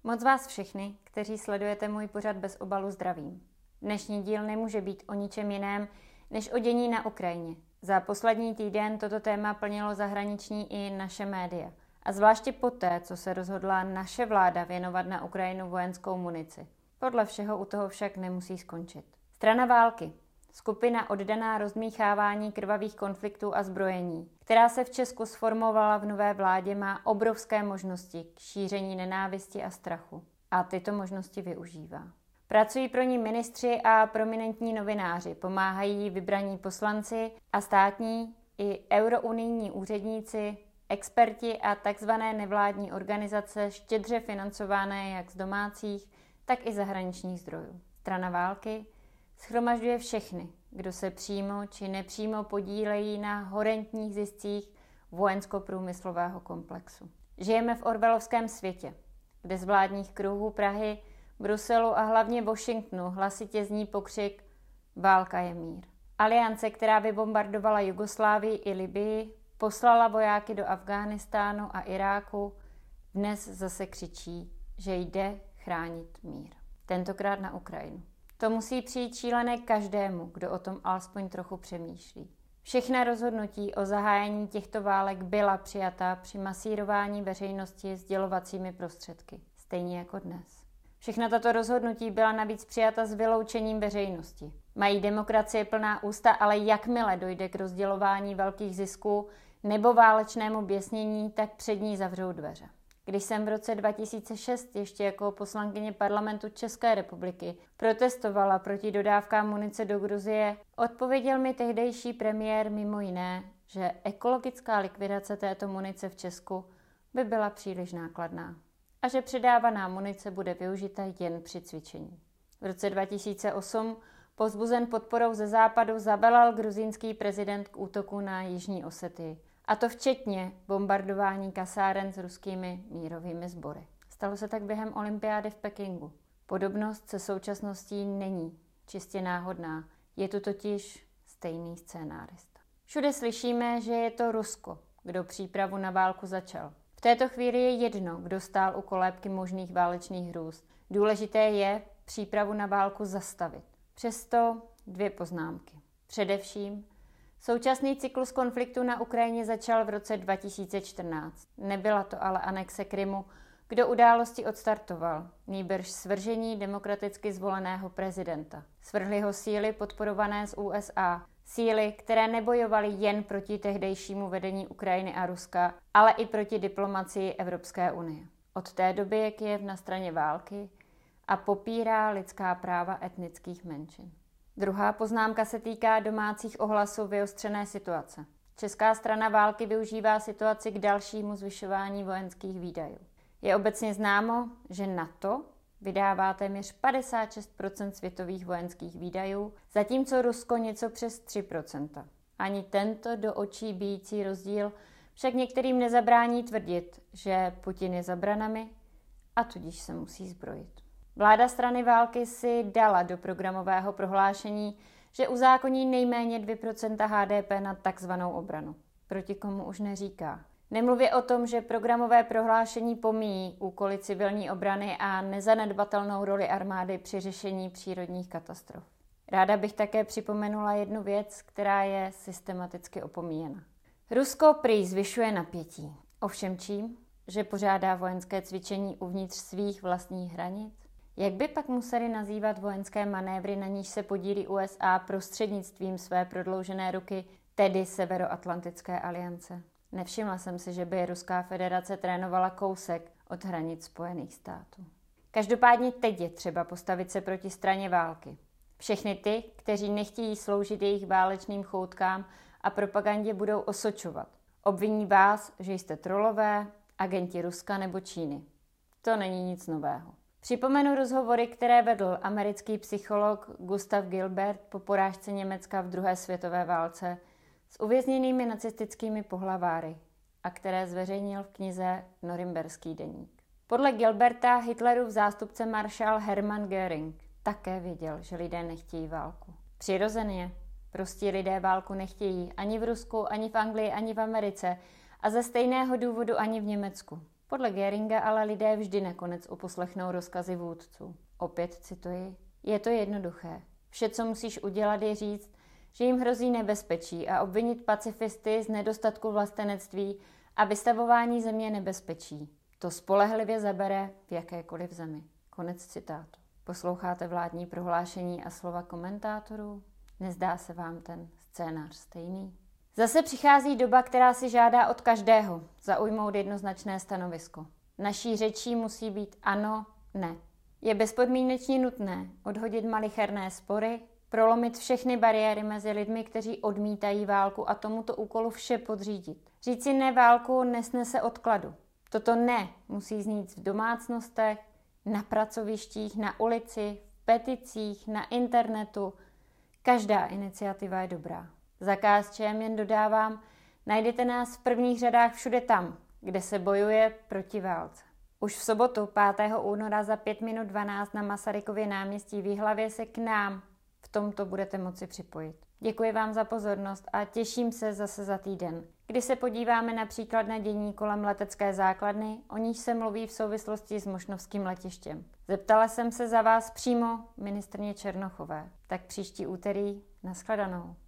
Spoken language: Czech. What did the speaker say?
Moc vás všechny, kteří sledujete můj pořad Bez obalu, zdravím. Dnešní díl nemůže být o ničem jiném, než o dění na Ukrajině. Za poslední týden toto téma plnilo zahraniční i naše média. A zvláště poté, co se rozhodla naše vláda věnovat na Ukrajinu vojenskou munici. Podle všeho u toho však nemusí skončit. Strana války. Skupina oddaná rozdmíchávání krvavých konfliktů a zbrojení, která se v Česku sformovala v nové vládě, má obrovské možnosti k šíření nenávisti a strachu. A tyto možnosti využívá. Pracují pro ní ministři a prominentní novináři, pomáhají jí vybraní poslanci a státní i eurounijní úředníci, experti a tzv. Nevládní organizace štědře financované jak z domácích, tak i zahraničních zdrojů. Strana války shromažďuje všechny, kdo se přímo či nepřímo podílejí na horentních ziscích vojensko-průmyslového komplexu. Žijeme v orwellovském světě, kde z vládních kruhů Prahy, Bruselu a hlavně Washingtonu hlasitě zní pokřik "Válka je mír". Aliance, která vybombardovala Jugoslávii i Libyi, poslala vojáky do Afghánistánu a Iráku, dnes zase křičí, že jde chránit mír. Tentokrát na Ukrajinu. To musí přijít šílené každému, kdo o tom alespoň trochu přemýšlí. Všechna rozhodnutí o zahájení těchto válek byla přijata při masírování veřejnosti sdělovacími prostředky, stejně jako dnes. Všechna tato rozhodnutí byla navíc přijata s vyloučením veřejnosti. Mají demokracie plná ústa, ale jakmile dojde k rozdělování velkých zisků nebo válečnému běsnění, tak před ní zavřou dveře. Když jsem v roce 2006 ještě jako poslankyně parlamentu České republiky protestovala proti dodávkám munice do Gruzie, odpověděl mi tehdejší premiér mimo jiné, že ekologická likvidace této munice v Česku by byla příliš nákladná a že předávaná munice bude využita jen při cvičení. V roce 2008 povzbuzen podporou ze západu zavelel gruzínský prezident k útoku na Jižní Osetii. A to včetně bombardování kasáren s ruskými mírovými sbory. Stalo se tak během olympiády v Pekingu. Podobnost se současností není čistě náhodná. Je tu totiž stejný scénárista. Všude slyšíme, že je to Rusko, kdo přípravu na válku začal. V této chvíli je jedno, kdo stál u kolébky možných válečných hrůz. Důležité je přípravu na válku zastavit. Přesto dvě poznámky. Především současný cyklus konfliktu na Ukrajině začal v roce 2014. Nebyla to ale anexe Krymu, kdo události odstartoval, nýbrž svržení demokraticky zvoleného prezidenta. Svrhly ho síly podporované z USA. Síly, které nebojovaly jen proti tehdejšímu vedení Ukrajiny a Ruska, ale i proti diplomacii Evropské unie. Od té doby je Kyjev na straně války a popírá lidská práva etnických menšin. Druhá poznámka se týká domácích ohlasů vyostřené situace. Česká strana války využívá situaci k dalšímu zvyšování vojenských výdajů. Je obecně známo, že NATO vydává téměř 56% světových vojenských výdajů, zatímco Rusko něco přes 3%. Ani tento do očí bijící rozdíl však některým nezabrání tvrdit, že Putin je za branami a tudíž se musí zbrojit. Vláda strany války si dala do programového prohlášení, že uzákoní nejméně 2% HDP na takzvanou obranu. Proti komu už neříká. Nemluvě o tom, že programové prohlášení pomíjí úkoly civilní obrany a nezanedbatelnou roli armády při řešení přírodních katastrof. Ráda bych také připomenula jednu věc, která je systematicky opomíjena. Rusko prý zvyšuje napětí. Ovšem čím? Že pořádá vojenské cvičení uvnitř svých vlastních hranic? Jak by pak museli nazývat vojenské manévry, na níž se podílí USA prostřednictvím své prodloužené ruky, tedy Severoatlantické aliance? Nevšimla jsem si, že by Ruská federace trénovala kousek od hranic Spojených států. Každopádně teď je třeba postavit se proti straně války. Všechny ty, kteří nechtějí sloužit jejich válečným choutkám a propagandě, budou osočovat. Obviní vás, že jste trolové, agenti Ruska nebo Číny. To není nic nového. Připomenu rozhovory, které vedl americký psycholog Gustav Gilbert po porážce Německa v druhé světové válce s uvězněnými nacistickými pohlaváry a které zveřejnil v knize Norimberský deník. Podle Gilberta Hitlerův zástupce maršál Hermann Göring také věděl, že lidé nechtějí válku. Přirozeně, prostí lidé válku nechtějí ani v Rusku, ani v Anglii, ani v Americe a ze stejného důvodu ani v Německu. Podle Göringa ale lidé vždy nakonec uposlechnou rozkazy vůdců. Opět cituji, je to jednoduché. Vše, co musíš udělat, je říct, že jim hrozí nebezpečí a obvinit pacifisty z nedostatku vlastenectví a vystavování země nebezpečí. To spolehlivě zabere v jakékoliv zemi. Konec citátu. Posloucháte vládní prohlášení a slova komentátorů? Nezdá se vám ten scénář stejný? Zase přichází doba, která si žádá od každého zaujmout jednoznačné stanovisko. Naší řečí musí být ano, ne. Je bezpodmínečně nutné odhodit malicherné spory, prolomit všechny bariéry mezi lidmi, kteří odmítají válku a tomuto úkolu vše podřídit. Říci ne válku nesnese odkladu. Toto ne musí znít v domácnostech, na pracovištích, na ulici, v peticích, na internetu. Každá iniciativa je dobrá. Za KSČM jen dodávám, najdete nás v prvních řadách všude tam, kde se bojuje proti válce. Už v sobotu 5. února za 5 minut 12 na Masarykově náměstí v Jihlavě se k nám v tomto budete moci připojit. Děkuji vám za pozornost a těším se zase za týden, kdy se podíváme například na dění kolem letecké základny, o níž se mluví v souvislosti s mošnovským letištěm. Zeptala jsem se za vás přímo ministryně Černochové. Tak příští úterý, nashledanou.